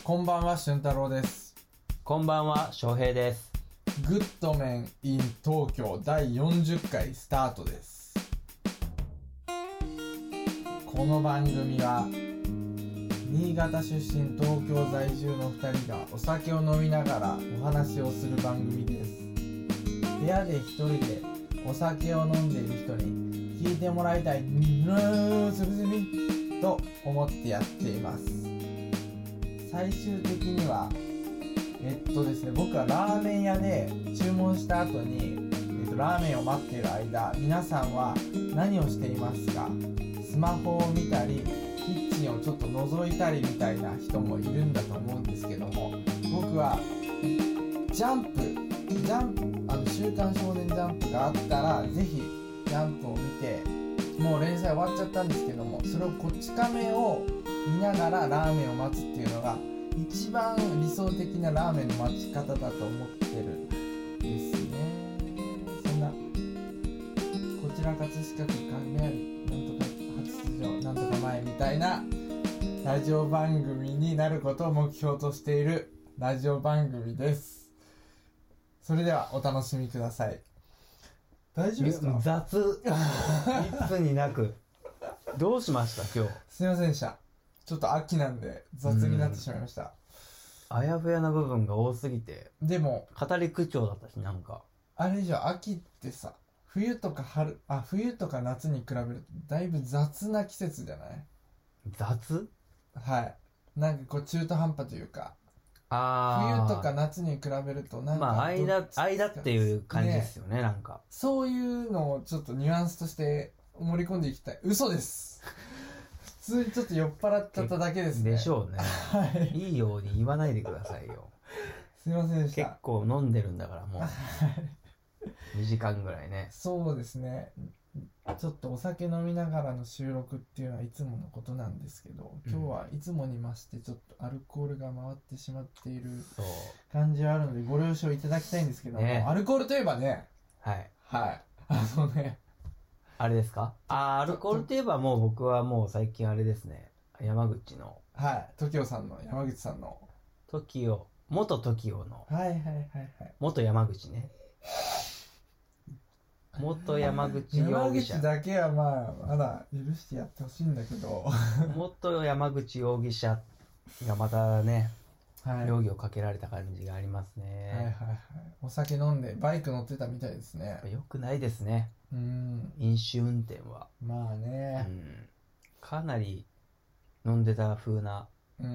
こんばんは、俊太郎です。 こんばんは、翔平です。 グッドメン in 東京第40回スタートです。この番組は、新潟出身東京在住の2人がお酒を飲みながらお話をする番組です。部屋で一人でお酒を飲んでいる人に聞いてもらいたい、と思ってやっています。最終的にはですね、僕はラーメン屋で注文した後に、ラーメンを待っている間、皆さんは何をしていますか？スマホを見たり、キッチンをちょっと覗いたりみたいな人もいるんだと思うんですけども、僕は週刊少年ジャンプがあったら、ぜひジャンプを見て、もう連載終わっちゃったんですけども、それをこち亀を見ながらラーメンを待つっていうのが一番理想的なラーメンの待ち方だと思ってるんですね。そんなこちら葛飾区亀有なんとか初出場なんとか前みたいなラジオ番組になることを目標としているラジオ番組です。それではお楽しみください。大丈夫ですか？ 雑いつになくどうしました今日？ すいませんでした。ちょっと秋なんで雑になってしまいました。 あやふやな部分が多すぎて。 でも語り口調だったし、なんかあれじゃ秋ってさ、冬とか夏に比べるとだいぶ雑な季節じゃない？ 雑？ はい。なんかこう中途半端というか、冬とか夏に比べるとなんか間っていう感じですよね、なんかそういうのをちょっとニュアンスとして盛り込んでいきたい。嘘です。普通にちょっと酔っ払っちゃっただけですね。 でしょうね。 はい。 いいように言わないでくださいよ。 すいませんでした。 結構飲んでるんだからもう2時間ぐらいね。 そうですね。ちょっとお酒飲みながらの収録っていうのはいつものことなんですけど、今日はいつもに増してちょっとアルコールが回ってしまっている感じはあるのでご了承いただきたいんですけども、ね、アルコールといえばね、 はい。 あれですか？アルコールといえばもう僕はもう最近あれですね。山口の。 はい。TOKIO さんの、山口さんの。 TOKIO、元 TOKIO の。 はい。 元山口ね。元山口容疑者。 山口だけはまだ許してやってほしいんだけど。 元山口容疑者がまたね、 はい、 容疑をかけられた感じがありますね。 はい。お酒飲んでバイク乗ってたみたいですね。 よくないですね。飲酒運転は。 まあね。 かなり飲んでた風な。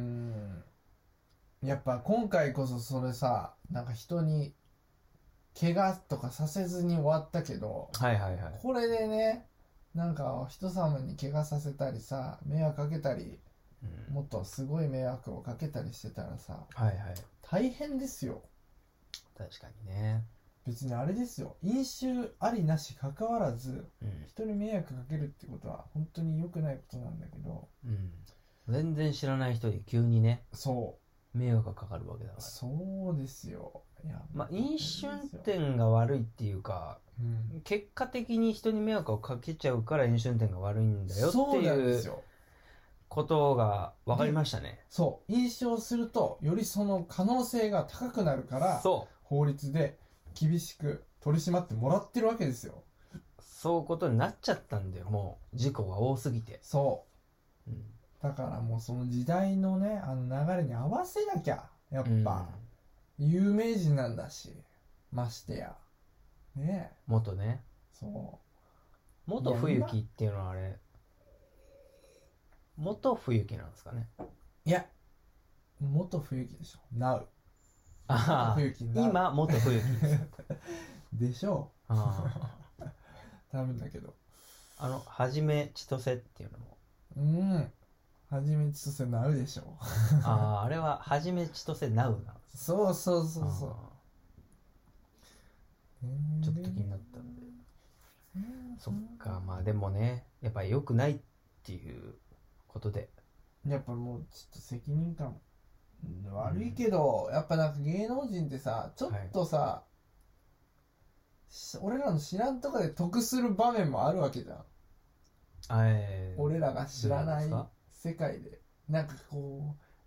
やっぱ今回こそそれさ、なんか人に怪我とかさせずに終わったけど、これでね、なんか人様に怪我させたりさ、迷惑かけたり、もっとすごい迷惑をかけたりしてたらさ、大変ですよ。 確かにね。 別にあれですよ、飲酒ありなし関わらず、人に迷惑かけるってことは本当に良くないことなんだけど、 全然知らない人に急にね、 そう迷惑がかかるわけだから。 そうですよ。 飲酒運転が悪いっていうか、結果的に人に迷惑をかけちゃうから飲酒運転が悪いんだよっていうことが分かりましたね。 そう。飲酒をすると、よりその可能性が高くなるから、法律で厳しく取り締まってもらってるわけですよ。 そういうことになっちゃったんだよ、もう。事故が多すぎて。 そう。だからもうその時代のね、流れに合わせなきゃ。やっぱ、有名人なんだし。ましてや。ねえ。 元ね。 そう。 元冬木っていうのはあれ、元冬木なんですかね。 いや、元冬木でしょ。Now。 今、元冬木です。 でしょう。多分だけど。 はじめ千歳っていうのも。 はじめ千歳なうでしょ。 あれははじめ千歳なうなんです。 そう。 ちょっと気になったんで。そっか、でもね、やっぱり良くないっていうことで。 やっぱもうちょっと責任感悪いけど、やっぱなんか芸能人ってさ、ちょっとさ、俺らの知らんとかで得する場面もあるわけじゃん。俺らが知らない世界で。なんかこう、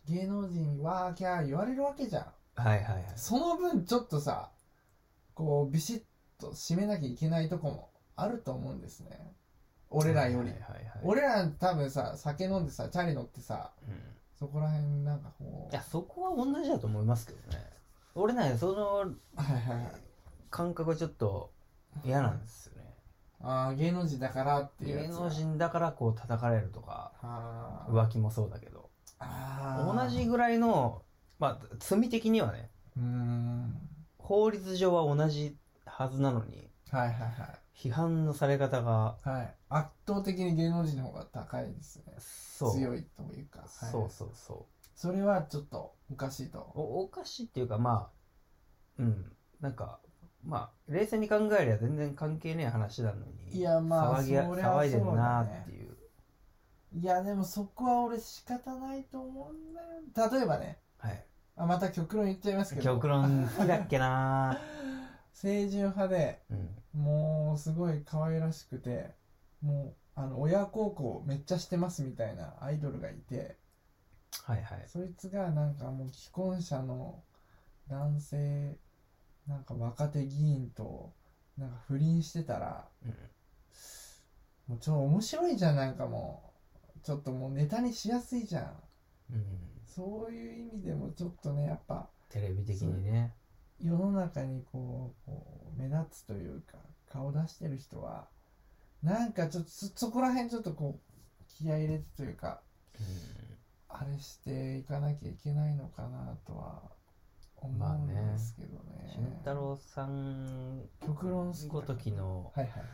芸能人にワーキャー言われるわけじゃん。 はいはいはい。 その分ちょっとさ、こうビシッと締めなきゃいけないとこもあると思うんですね。俺らより。俺ら多分さ、酒飲んでさ、チャリ乗ってさ、そこら辺なんかこう。 いや、そこは同じだと思いますけどね。俺ね、その感覚はちょっと嫌なんですよね。 ああ、芸能人だからっていうやつ。 芸能人だからこう叩かれるとか、浮気もそうだけど。同じぐらいの、まあ、罪的にはね、法律上は同じはずなのに、批判のされ方が、 圧倒的に芸能人の方が高いですね。強いというか。 そうそうそう。 それはちょっとおかしいと。 おかしいっていうか、まあ、なんか、まあ、冷静に考えりゃ全然関係ねえ話なのに、 いや、まあ、 騒いでるなっていう。 いや、でもそこは俺仕方ないと思うんだよ。例えばね、また極論言っちゃいますけど。 極論好きだっけな清純派で、もうすごい可愛らしくて、もう親孝行めっちゃしてますみたいなアイドルがいて、そいつがなんかもう既婚者の男性なんか若手議員となんか不倫してたら、もう面白いじゃん。なんかもうちょっともうネタにしやすいじゃん。そういう意味でもちょっとね、やっぱテレビ的にね、 世の中にこう目立つというか顔出してる人はなんかちょっとそこら辺ちょっとこう気合い入れてというか、あれしていかなきゃいけないのかなとは思うんですけどね。 慎太郎さん極論ごときの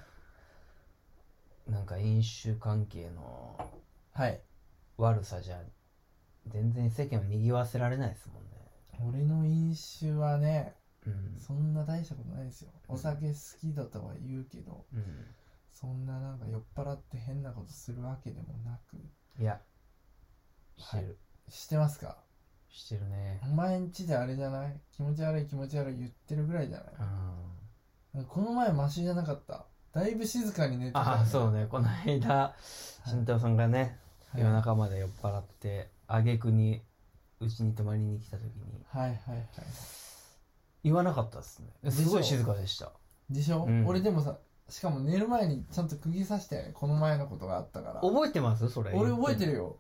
なんか飲酒関係の悪さじゃ全然世間を賑わせられないですもんね。 俺の飲酒はね、そんな大したことないですよ。お酒好きだとは言うけど、そんななんか酔っ払って変なことするわけでもなく。 いや、してる。 してますか？ してるね。 お前んちであれじゃない？気持ち悪い気持ち悪い言ってるぐらいじゃない？この前マシじゃなかった？だいぶ静かに寝てた、ね。 そうね。この間、慎太郎さんがね、夜中まで酔っ払って、挙句にうちに泊まりに来た時に、言わなかったですね。すごい静かでした。 でしょ？俺でもさ、しかも寝る前にちゃんと釘刺して、この前のことがあったから。 覚えてます？それ。 俺覚えてるよ。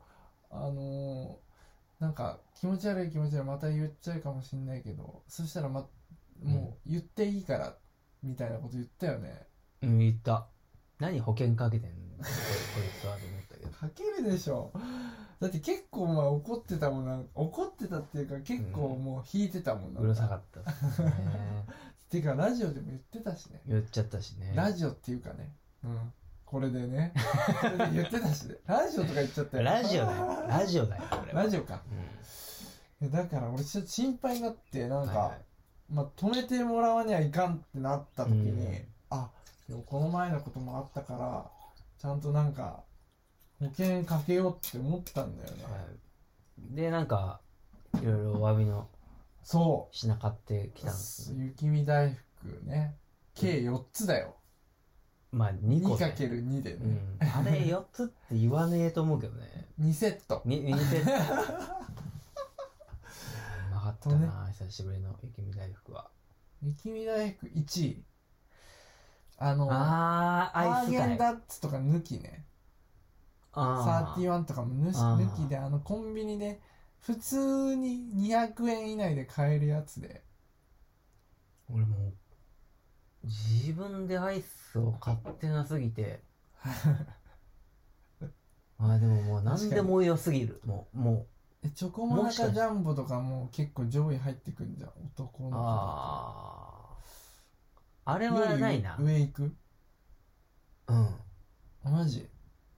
なんか気持ち悪いまた言っちゃうかもしんないけど、そしたらもう言っていいからみたいなこと言ったよね。 言った。何保険かけてんのこいつはと思ったけど。 かけるでしょ。だって結構怒ってたもんな。怒ってたっていうか結構もう引いてたもんな。 うるさかったっすね。 てかラジオでも言ってたしね。 言っちゃったしね。 ラジオっていうかね。これでね。これで言ってたしね。ラジオとか言っちゃったよ。 ラジオだよ。ラジオだよ。 ラジオか。だから俺ちょっと心配になって、なんか、止めてもらわにはいかんってなった時に、でもこの前のこともあったから、ちゃんとなんか、保険かけようって思ったんだよね。 で、なんか、いろいろお詫びの品買ってきたんですね。 雪見大福ね。計4つだよ。 まあ2個。 2×2 でね。 あれ4つって言わねえと思うけどね。 2セット。 2セット。うまかったな、久しぶりの雪見大福は。 雪見大福1位。 アイスハーゲンダッツとか抜きね。31とかも抜きで、コンビニで普通に200円以内で買えるやつで。 俺も自分でアイスを買ってなすぎてでももう何でも良すぎる。もうチョコモナカジャンボとかも結構上位入ってくんじゃん、男の子だと。 あれはないな。 上行く？マジ？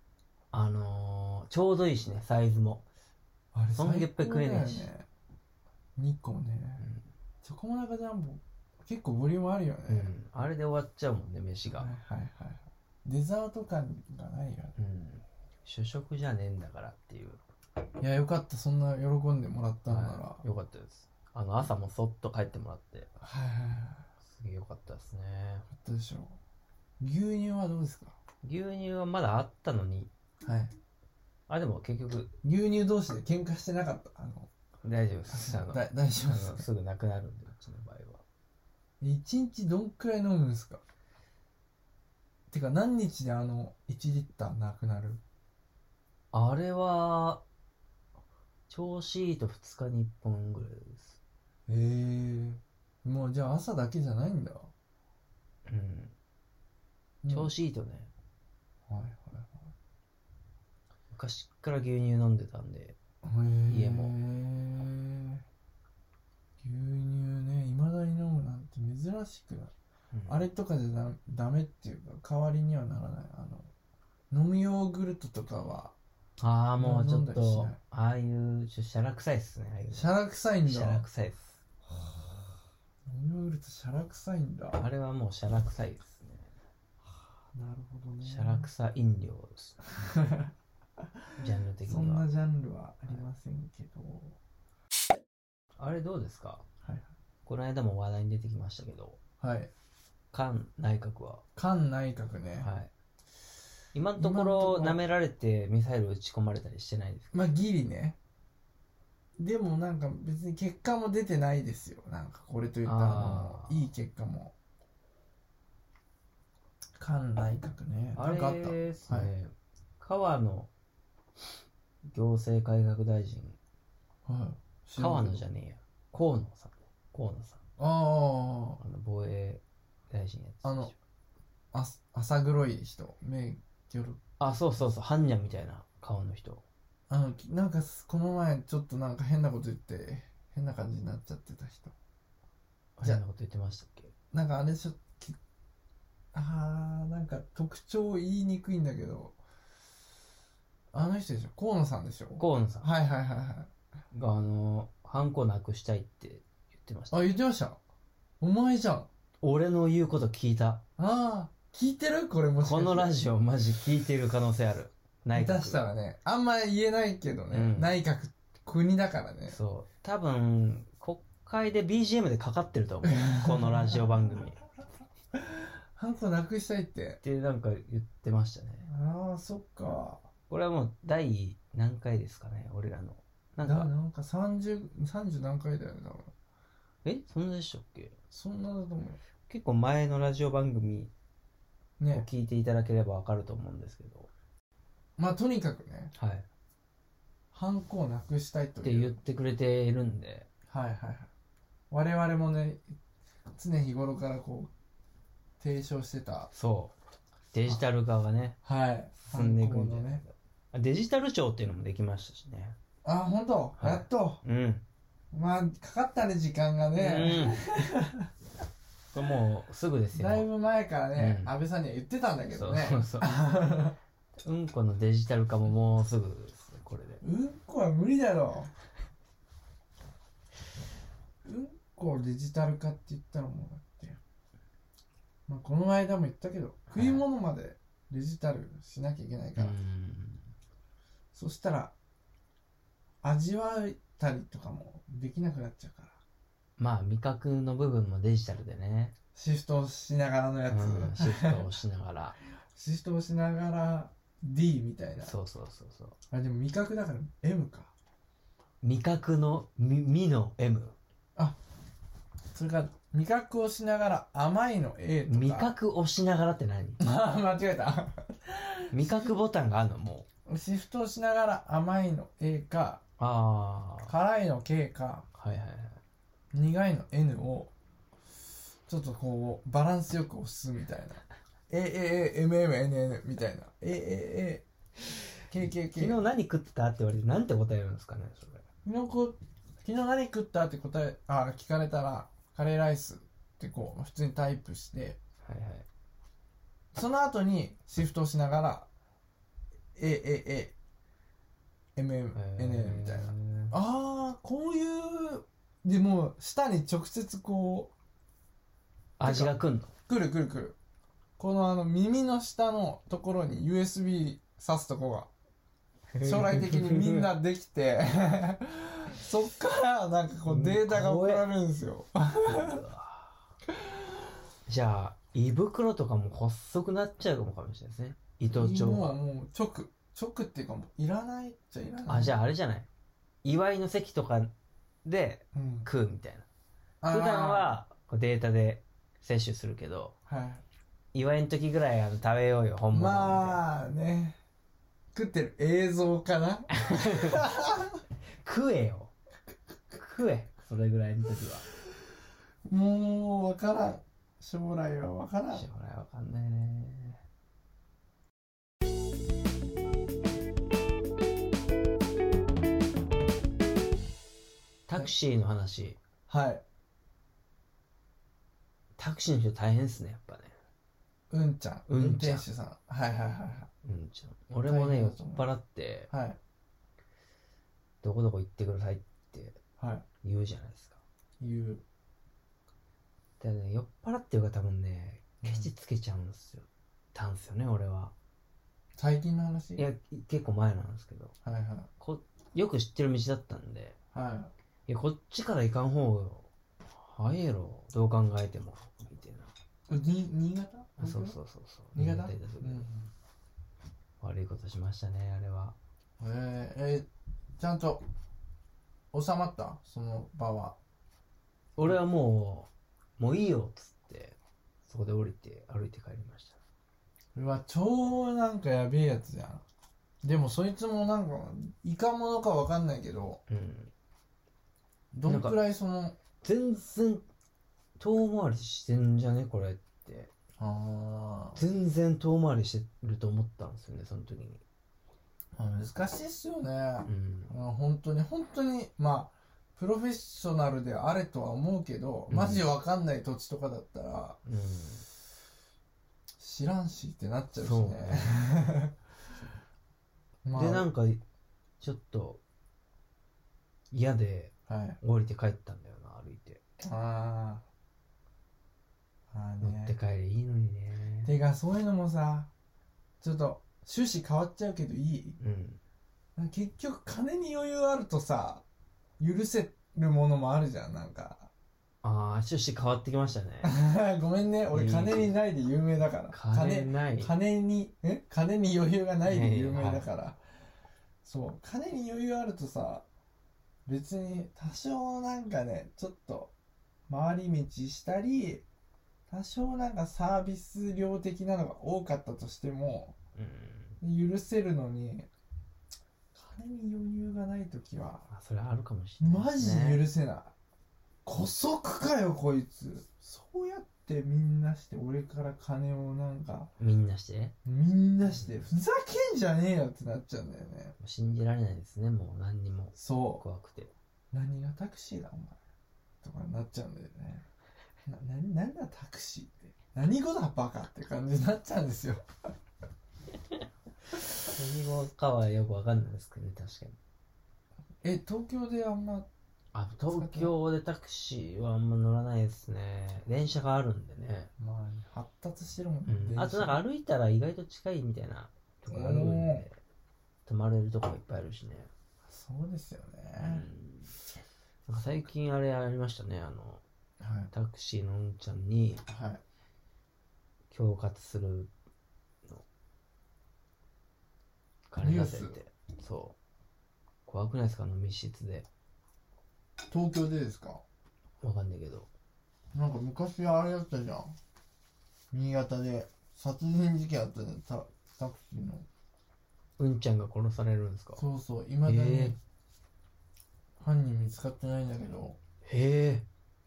ちょうどいいしね、サイズも。 あれそんなげっぺ食えねえし。 2個ね。チョコモナカジャンボ結構ボリュームあるよね。 あれで終わっちゃうもんね、飯が。 デザート感がないよね。 主食じゃねえんだからっていう。 いや、よかった。そんな喜んでもらったんなら。 よかったです。朝もそっと帰ってもらって。すげえよかったですね。 よかったでしょ。牛乳はどうですか？ 牛乳はまだあったのに。でも結局。 牛乳同士で喧嘩してなかった？ 大丈夫です。 大丈夫です。 すぐなくなるんで、うちの場合は。 1日どんくらい飲むんですか？てか何日で1リッターなくなる？ あれは調子いいと2日に1本ぐらいです。 もうじゃあ朝だけじゃないんだ。 調子いいとね。 はいはいはい。 昔から牛乳飲んでたんで、家も。 牛乳ね、未だに飲むなんて珍しくない。あれとかじゃダメっていうか代わりにはならない。飲むヨーグルトとかはもうちょっとああいうシャラ臭いっすね。 シャラ臭いんだ。 シャラ臭いっす。 飲むヨーグルトシャラ臭いんだ。 あれはもうシャラ臭いですね。 なるほどね。 シャラ臭飲料ですジャンル的には。 そんなジャンルはありませんけど。 あれどうですか？ はい。 この間も話題に出てきましたけど。 はい。 菅内閣は。 菅内閣ね。 はい。今のところ舐められてミサイル撃ち込まれたりしてないですか？ まあギリね。でもなんか別に結果も出てないですよ。なんかこれといったいい結果も。菅内閣ね。 あれですね。はい、河野行政改革大臣。 はい。 河野じゃねえや。河野さんね。河野さん。防衛大臣やつでしょ。 浅黒い人。 そうそうそう。般若みたいな顔の人。 なんかこの前ちょっとなんか変なこと言って変な感じになっちゃってた人。 変なこと言ってましたっけ？ なんかあれなんか特徴言いにくいんだけど、あの人でしょ？河野さんでしょ？ 河野さん。 はいはいはいはい。 がハンコなくしたいって言ってました。 言ってました。お前じゃん。 俺の言うこと聞いた。 聞いてる？これもしかして。 このラジオマジ聞いてる可能性ある。 内閣。下手したらね、あんま言えないけどね、内閣、国だからね。 そう。多分、国会で BGM でかかってると思う。このラジオ番組。 ハンコなくしたいって。 ってなんか言ってましたね。 そっか。 これはもう第何回ですかね、俺らの。 なんか30何回だよね、多分。 そんなでしたっけ？ そんなだと思う。 結構前のラジオ番組を聞いていただければわかると思うんですけど。 まあとにかくね。 はい。 ハンコをなくしたいという。 って言ってくれているんで。 はいはいはい。我々もね、常日頃からこう、提唱してた。 そう。デジタル化がね。 はい。 進んでいくんじゃないか。デジタル庁っていうのもできましたしね。 本当、やっと。まあ、かかったね、時間がね。 もうすぐですよ。 だいぶ前からね、安倍さんには言ってたんだけどね。 そううんこのデジタル化ももうすぐですね、これで。 うんこは無理だろ。うんこをデジタル化って言ったらもうだって。まあ、この間も言ったけど、食い物までデジタルしなきゃいけないから。そしたら、味わったりとかもできなくなっちゃうから。 まあ味覚の部分もデジタルでね。 シフトしながらのやつ。 シフトをしながら。 シフトをしながら D みたいな。 そう。 でも味覚だから M か。 味覚のみの M。 それから味覚をしながら甘いの A とか。 味覚をしながらって何？ 間違えた。 味覚ボタンがあるの？もうシフトをしながら甘いの A か、辛いの K か、苦いの N をちょっとこうバランスよく押すみたいな。MMNN みたいな。KKK。 昨日何食ったって言われてなんて答えるんですかね、それ。 昨日何食ったって聞かれたらカレーライスってこう普通にタイプして、その後にシフトをしながらMMNN みたいな。こういうでも舌に直接こう味が来んの？ 来る。この耳の下のところに USB 挿すとこが将来的にみんなできてそっからなんかこうデータが送られるんですよじゃあ胃袋とかも細くなっちゃうかもしれないですね。胃と腸がもう直っていうかもういらないっちゃいらない。 じゃああれじゃない、祝いの席とかで食うみたいな、普段はこうデータで摂取するけど、祝いの時ぐらい食べようよ本物みたいな。 まあね、食ってる映像かな食えよ、食え、それぐらいの時は。 もう分からん、将来は分からん、 将来分かんないね。タクシーの話。 はい。 タクシーの人大変ですね、やっぱね。 うんちゃん、運転手さん。はいはいはいはい。 うんちゃん。俺もね、酔っ払って、 はい。 どこどこ行ってくださいって言うじゃないですか。 言う。 でね、酔っ払ってるから多分ね、ケチつけちゃうんですよ。たんすよね、俺は。 最近の話？ いや、結構前なんですけど。 はいはい。 よく知ってる道だったんで。 はい。 いや、こっちから行かん方が早いやろ、どう考えてもみたいな。 新潟？ そうそう。 新潟？ 悪いことしましたね、あれは。 ちゃんと収まった？その場は。 俺はもういいよっつってそこで降りて歩いて帰りました。 うわ、超なんかやべえやつじゃん。でもそいつもなんかいかものかわかんないけど、どんくらいその全然遠回りしてんじゃねこれって。全然遠回りしてると思ったんですよね、その時に。 難しいっすよね。本当にまあプロフェッショナルであれとは思うけど、マジわかんない土地とかだったら、知らんしってなっちゃうしね。 まあ、でなんかちょっと嫌で降りて帰ったんだよな、歩いて。乗って帰りいいのにね。 てかそういうのもさ、ちょっと趣旨変わっちゃうけどいい？結局金に余裕あるとさ、許せるものもあるじゃん、なんか。 趣旨変わってきましたね。 ごめんね、俺金にないで有名だから。金に余裕がないで有名だから。そう、金に余裕あるとさ、別に多少なんかね、ちょっと回り道したり、多少なんかサービス量的なのが多かったとしても、許せるのに、金に余裕がないときは、 それあるかもしれない、ね、 マジ許せない。姑息かよこいつ。そうやってみんなして俺から金をなんかみんなしてふざけんじゃねえよってなっちゃうんだよね。 信じられないですね、もう何にも。 そう怖くて。 何がタクシーだお前とかなっちゃうんだよね。なんだタクシーって何語だバカって感じになっちゃうんですよ。 何語かはよくわかんないですけどね、確かに。 東京であんま東京でタクシーはあんま乗らないですね。電車があるんでね。 まあ発達してるもんね、 あとなんか歩いたら意外と近いみたいなところあるんで、泊まれるとこいっぱいあるしね。 そうですよね。 なんか最近あれありましたね、タクシーのうんちゃんに恐喝するの金出せって。そう怖くないですか、密室で。 東京でですか？ わかんないけど、 なんか昔あれやったじゃん、新潟で殺人事件あったじゃん、タクシーのうんちゃんが殺されるんですか？ そうそう、いまだに犯人見つかってないんだけど。 へえ、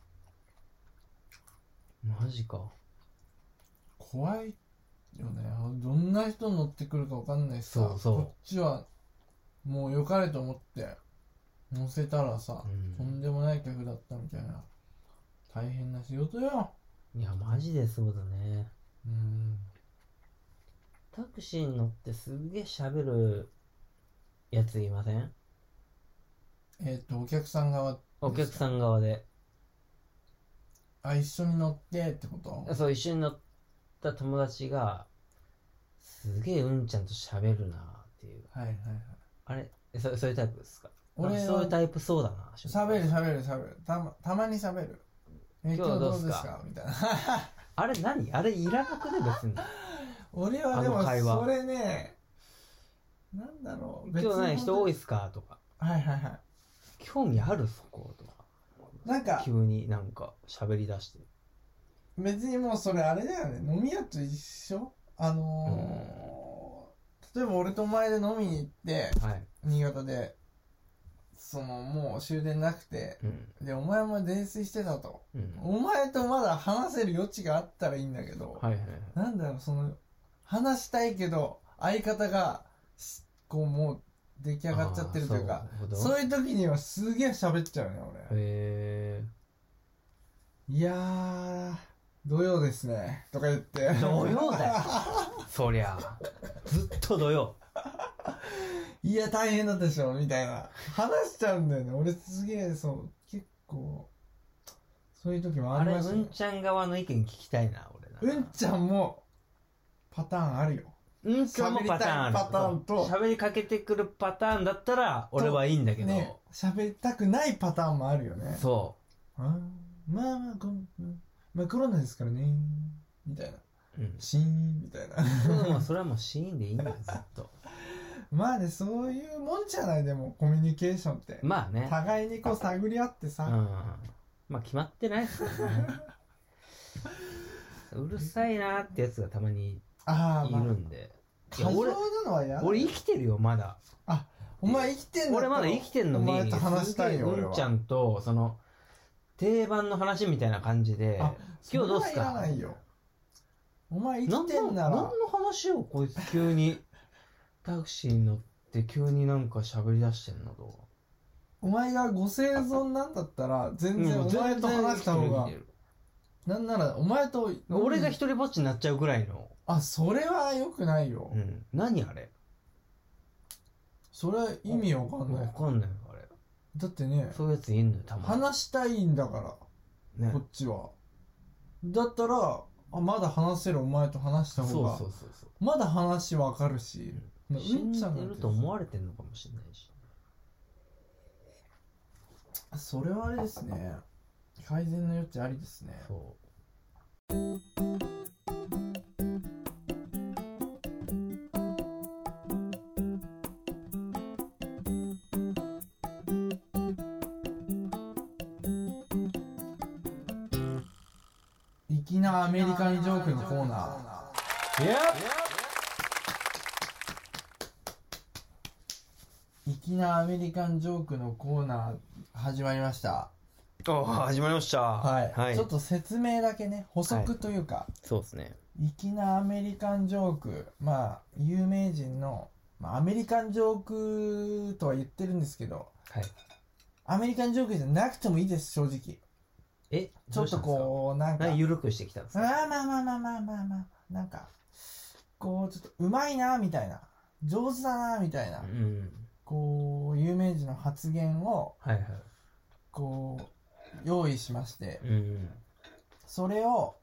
マジか。 怖いよね。どんな人乗ってくるかわかんないしさ、こっちはもう良かれと思って乗せたらさ、とんでもない客だったみたいな。大変な仕事よ。 いやマジでそうだね。タクシーに乗ってすげえ喋るやついません？ お客さん側。 お客さん側で。 一緒に乗ってってこと？ そう、一緒に乗った友達がすげえうんちゃんと喋るなっていう。あれ、そういうタイプですか？俺そういうタイプそうだな。 喋るたまに喋る。今日どうですかみたいな。 あれ何？あれいらなくね別に。 俺はでもそれね、なんだろう、 今日何人多いっすかとか。 興味あるそことか。 なんか急になんか喋り出して。 別にもうそれあれだよね、飲み屋と一緒。例えば俺とお前で飲みに行って、 はい、 新潟でもう終電なくて、でお前も泥酔してたと、お前とまだ話せる余地があったらいいんだけど、 はいはい、 なんだろう、話したいけど相方がこうもう出来上がっちゃってるというか、そういう時にはすげえ喋っちゃうね俺。 へー、いやー土曜ですねとか言って。 土曜だよそりゃずっと土曜いや大変だったでしょみたいな話しちゃうんだよね俺。すげえ結構そういう時もありましたね。 あれうんちゃん側の意見聞きたいな俺な。 うんちゃんもパターンあるよ。 うんちゃんもパターンある。 パターンと喋りかけてくるパターンだったら俺はいいんだけどね、喋りたくないパターンもあるよね。 そうまあコロナですからねみたいな、シーンみたいなそれはもうシーンでいいんだよずっとまあね、そういうもんじゃない。でもコミュニケーションってまあね、 互いにこう探り合ってさ、 まあ決まってないっすよねうるさいなってやつがたまにいるんで、 過剰なのは嫌だ。 俺生きてるよまだ。 あ、お前生きてんの？ 俺まだ生きてんのに、 お前と話したいよ俺は。 うんちゃんと定番の話みたいな感じで、今日どうすか？ それはいらないよ。お前生きてんなら。 何の話をこいつ急にタクシーに乗って急になんか喋り出してんのと。 お前がご生存なんだったら全然お前と話した方が、なんならお前と俺が一人ぼっちになっちゃうぐらいの。 それは良くないよ。 何あれ？ それは意味わかんない。 わかんないあれ。 だってね、 そういうやついんのよたまに。 話したいんだから、ね、こっちは。だったらまだ話せるお前と話した方がまだ話わかるし、 信じてると思われてんのかもしれないし。 それはあれですね、改善の余地ありですね。 そう粋なアメリカンジョークのコーナー。粋なアメリカンジョークのコーナー始まりました。 始まりました。 はい、ちょっと説明だけね、補足というか、 そうですね。 粋なアメリカンジョーク、有名人の、アメリカンジョークとは言ってるんですけど、アメリカンジョークじゃなくてもいいです、正直。ちょっとこうなんか緩くしてきたんですか？ まあなんかこうちょっとうまいなみたいな、上手だなみたいな、こう有名人の発言をこう用意しまして、それを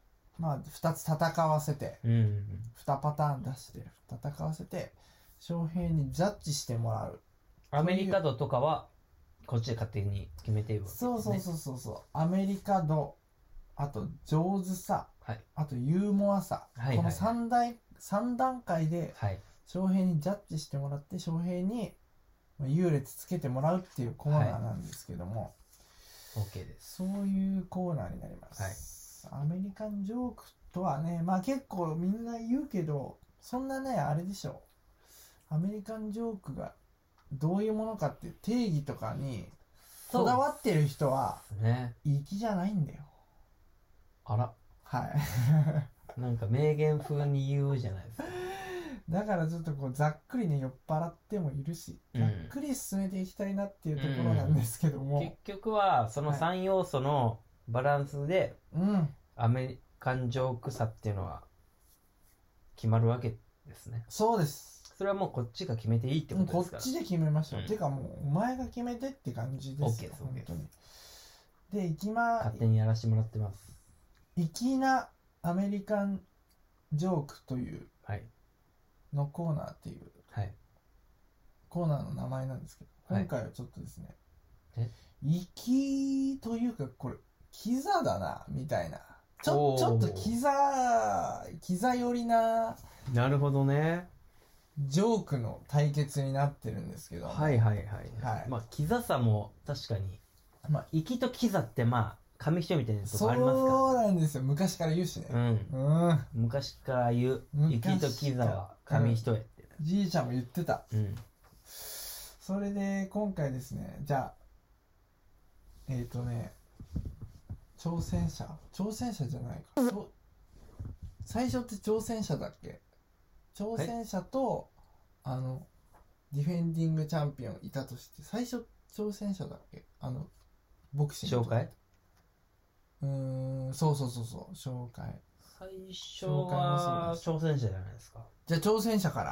2つ戦わせて、2パターン出して戦わせて翔平にジャッジしてもらう。 アメリカ度とかはこっちで勝手に決めているわけですね。 そうアメリカ度、あと上手さ、あとユーモアさ、この3段階で翔平にジャッジしてもらって、翔平に優劣つけてもらうっていうコーナーなんですけども、 OK です。 そういうコーナーになります。アメリカンジョークとはね、結構みんな言うけど、そんなねあれでしょ。アメリカンジョークがどういうものかっていう定義とかにこだわってる人は粋じゃないんだよ。 あら、なんか名言風に言うじゃないですか。 だからちょっとこうざっくりね、酔っ払ってもいるし、ざっくり進めていきたいなっていうところなんですけども、 結局はその3要素のバランスで、アメリカンジョークさっていうのは決まるわけですね。 そうです。 それはもうこっちが決めていいってことですから。 こっちで決めましょう。てかもうお前が決めてって感じですよ。本当に。で、 勝手にやらせてもらってます。 粋なアメリカンジョークというのコーナーっていうコーナーの名前なんですけど、今回はちょっとですね、粋というかこれキザだなみたいな、ちょっとキザ寄りな、 なるほどね、 ジョークの対決になってるんですけど、 まあキザさも確かにまあ粋とキザってまあ紙一重みたいなとこありますから、 そうなんですよ、昔から言うしね。 昔から言う粋とキザは紙一重って、 じいちゃんも言ってた。それで今回ですね、じゃあ挑戦者じゃないか、最初って挑戦者だっけ？挑戦者とディフェンディングチャンピオンいたとして、最初挑戦者だっけ？ボクシング紹介？ そう紹介。 最初は挑戦者じゃないですか。 じゃあ挑戦者から。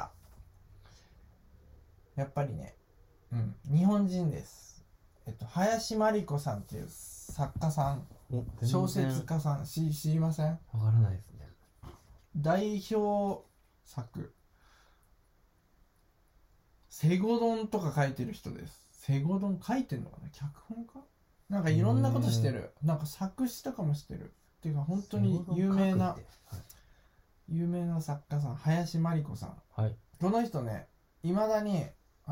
やっぱりね、日本人です。林真理子さんっていう作家さん、小説家さん、知りません？ わからないですね。 代表作セゴドンとか書いてる人です。セゴドン書いてんのかな、脚本家、なんかいろんなことしてる、なんか作詞とかもしてるっていうか、本当に有名な作家さん、林真理子さん、 はい、 この人ね、いまだに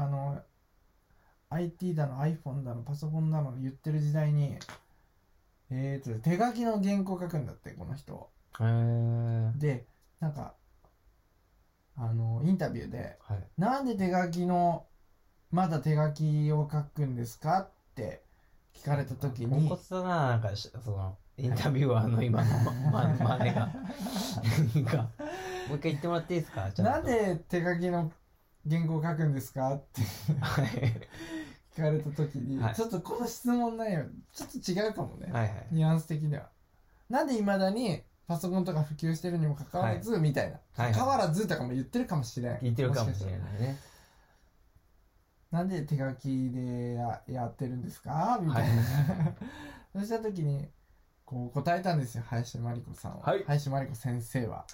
IT だの iPhone だのパソコンだの言ってる時代に手書きの原稿書くんだって、この人。で、なんかインタビューで、 はい、 なんでまだ手書きを書くんですかって聞かれた時に、 ポンコツだな、なんかそのインタビュアーの今の真似がなんかもう一回言ってもらっていいですか？ なんで手書きの原稿を書くんですかって聞かれた時に、ちょっとこの質問内容ちょっと違うかもね、ニュアンス的には。なんでいまだにパソコンとか普及してるにもかかわらず、みたいな、かかわらずとかも言ってるかもしれない、 言ってるかもしれないね。 なんで手書きで やってるんですかみたいな、そうした時にこう答えたんですよ、林真理子さんは、林真理子先生は。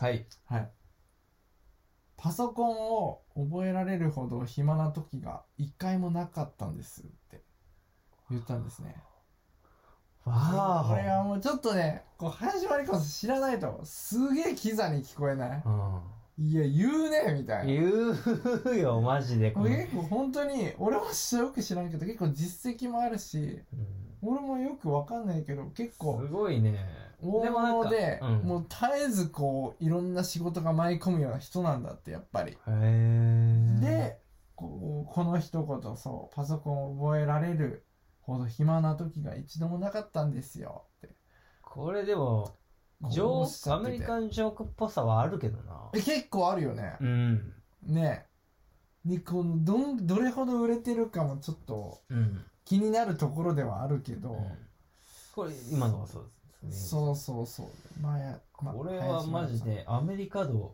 パソコンを覚えられるほど暇な時が一回もなかったんですって言ったんですね。これはもうちょっとね、林真理子さん知らないとすげえキザに聞こえない？いや言うねみたいな。 言うよマジで。 結構本当に俺もよく知らんけど結構実績もあるし、俺もよくわかんないけど結構すごいね、 大物で、もう絶えずこういろんな仕事が舞い込むような人なんだって、やっぱり。でこの一言、そう、パソコンを覚えられるほど暇な時が一度もなかったんですよって。 これでもアメリカンジョークっぽさはあるけどな。 結構あるよね。ねえ、どれほど売れてるかもちょっと気になるところではあるけど、 これ今のはそうですね。 そう。 これはマジでアメリカ度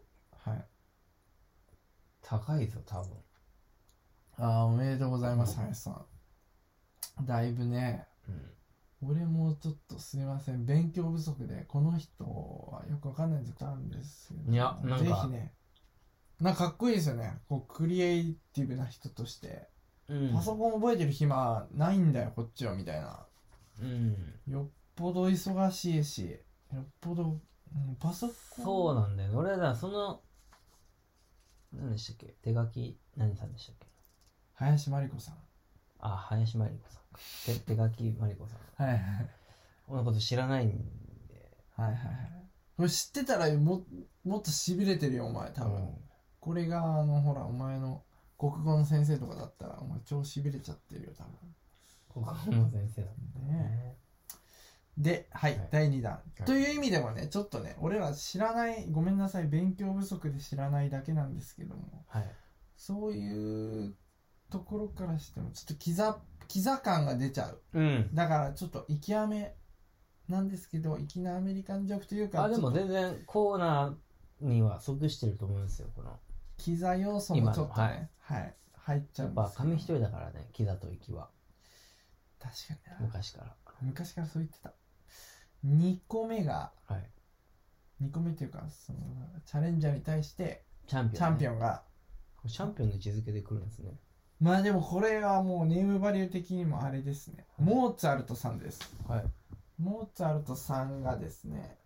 高いぞ多分。 おめでとうございます、林さん。だいぶね、俺もちょっとすみません、勉強不足でこの人はよくわかんないとこあるんですよ、 いや、なんかぜひね、なんかかっこいいですよね、こうクリエイティブな人として、パソコン覚えてる暇ないんだよこっちはみたいな、よっぽど忙しいし、よっぽど、パソコン、 そうなんだよ。俺らその何でしたっけ、手書き何さんでしたっけ、 林真理子さん。 林真理子さん。手書き真理子さん。このこと知らないんで。 これ知ってたらもっと痺れてるよお前多分。これがほらお前の国語の先生とかだったらお前超痺れちゃってるよ多分。国語の先生だもんね。 で、第2弾、という意味でもね、ちょっとね、俺ら知らない、ごめんなさい、勉強不足で知らないだけなんですけども、そういうところからしてもちょっとキザ感が出ちゃう、だからちょっと粋めなんですけど、粋なアメリカンジョークというか、 でも全然コーナーには即してると思うんですよ、このキザ要素もちょっとね、入っちゃうんです。 やっぱ紙一重だからね、キザと粋は。 確かに昔からそう言ってた。2個目が、2個目っていうか、そのチャレンジャーに対してチャンピオンが、 チャンピオンの位置づけで来るんですね。 まあでもこれはもうネームバリュー的にもあれですね、モーツァルトさんです。モーツァルトさんがですね、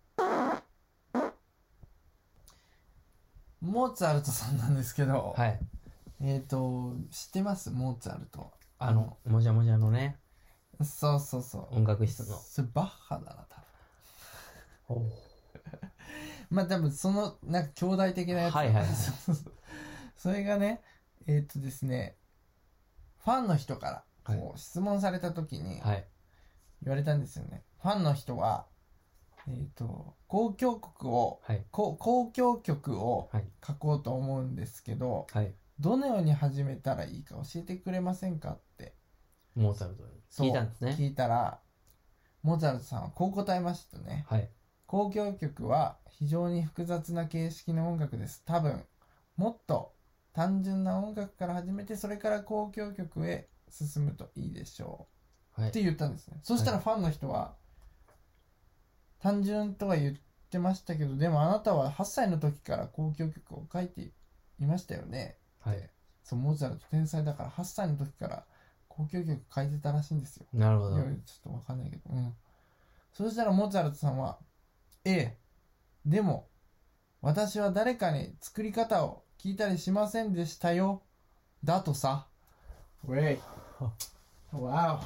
モーツァルトさんなんですけど、知ってます？モーツァルト。 もじゃもじゃのね。 そうそうそう、 音楽室の。 それバッハだな多分。 おまあ多分そのなんか兄弟的なやつ、 はいはいはいそれがねですね、ファンの人からこはう質問された時にはい言われたんですよね。ファンの人は交響曲を、 はい交響曲をはい書こうと思うんですけど、 はい。 どのように始めたらいいか教えてくれませんかってモーツァルトに聞いたんですね。 聞いたら、モーツァルトさんはこう答えましたね。 はい交響曲は非常に複雑な形式の音楽です。多分もっと単純な音楽から始めて、それから交響曲へ進むといいでしょう、 はいって言ったんですね。そしたらファンの人は、単純とは言ってましたけど、でもあなたは8歳の時から交響曲を書いていましたよね。 はいそう、モーツァルト天才だから8歳の時から交響曲書いてたらしいんですよ。 なるほど。 いやちょっとわかんないけど、そしたらモーツァルトさんは、でも私は誰かに作り方を聞いたりしませんでしたよ、だとさ。ウェイわ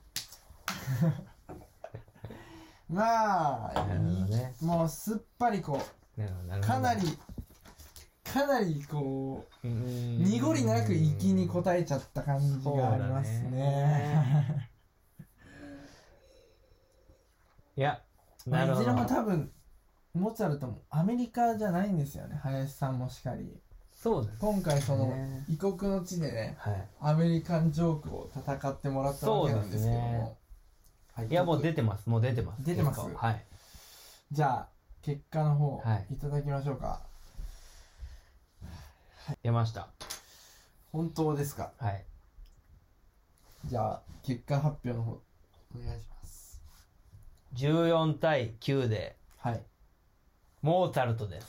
おまあ、 なるほどね。 もうすっぱりこうかなりこう濁りなく粋に答えちゃった感じがありますね。 いや、 まあ、いずれも多分モーツァルトもアメリカじゃないんですよね。林さんもしかり。 そうです、ね、 今回その異国の地でね、はい、アメリカンジョークを戦ってもらったわけなんですけども、 ね、はい、いやもう出てます。出てます。 はい。じゃあ結果の方、はい、いただきましょうか。 はい、出ました。 本当ですか。 はい。 じゃあ結果発表の方お願いします。 14対9で、 はい、 モーツァルトです。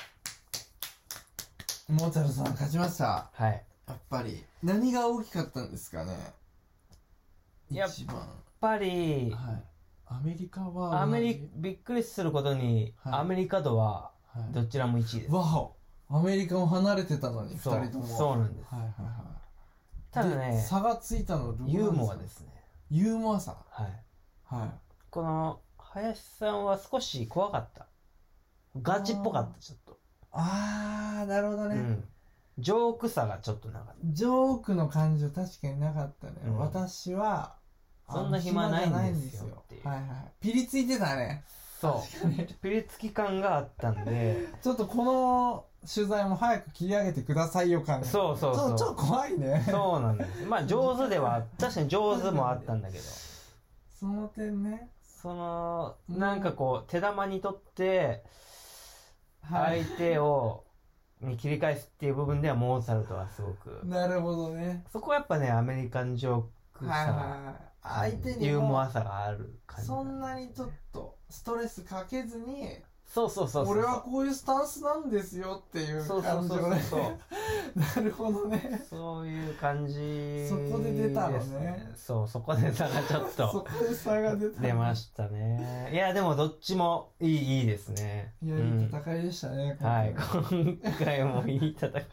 モーツァルトさん勝ちました。 はい。 やっぱり何が大きかったんですかね。 やっぱり、 はい、アメリカはびっくりすることに、はい、アメリカ度はどちらも1位です。 わお、アメリカも離れてたのに2人とも。 そうなんです。 はいはいはい。 ただね、 差がついたのはどこなんですか。 ユーモアですね。 ユーモアさ。 はいはい。 この林さんは少し怖かった。ガチっぽかった、ちょっと。 あー、なるほどね、 ジョークさがちょっとなかった。 ジョークの感情確かになかったね、私はそんな暇ないんですよっていう。 はいはい。ピリついてたね。 そうピリつき感があったんでちょっとこの取材も早く切り上げてくださいよ感が。 そうちょっと怖いね。 そうなんです。まあ上手では確かに上手もあったんだけどその点ね、 なんかこう手玉にとって相手に切り返すっていう部分ではモーツァルトはすごく。 なるほどね。 そこはやっぱね、アメリカンジョークさ、 相手にユーモアさがある感じ。 そんなにちょっとストレスかけずに、 そう俺はこういうスタンスなんですよっていう感じをね。なるほどね。 そういう感じ。 そこで出たのね。 そう、そこで差がちょっと。 そこで差が出ましたね。いや、でもどっちもいいですね。 いや、いい戦いでしたね。 はい、今回もいい戦い。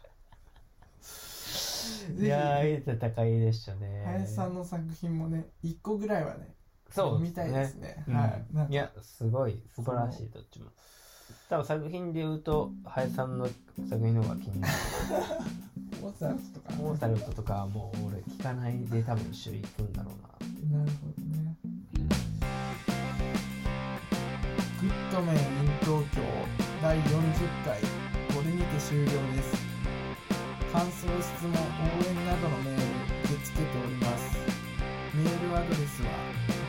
いや、いい戦いでしたね。 林さんの作品もね、1個ぐらいはね、 そう見たいですね。 はい。いや、すごい素晴らしい、どっちも。多分作品で言うと、林さんの作品の方が気になる。 モーツァルトとか。 モーツァルトとかはもう俺聞かないで多分一緒に行くんだろうな。なるほどね。グッドメン in 東京第40回、これにて終了です。感想、質問、応援などのメール受け付けております。メールアドレスは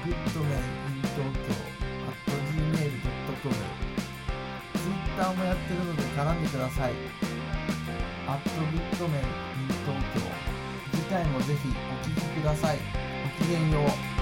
goodmaninTokyo@gmail.com。 Twitter もやってるので絡んでください。@goodmaninTokyo。次回もぜひお聞きください。ごきげんよう。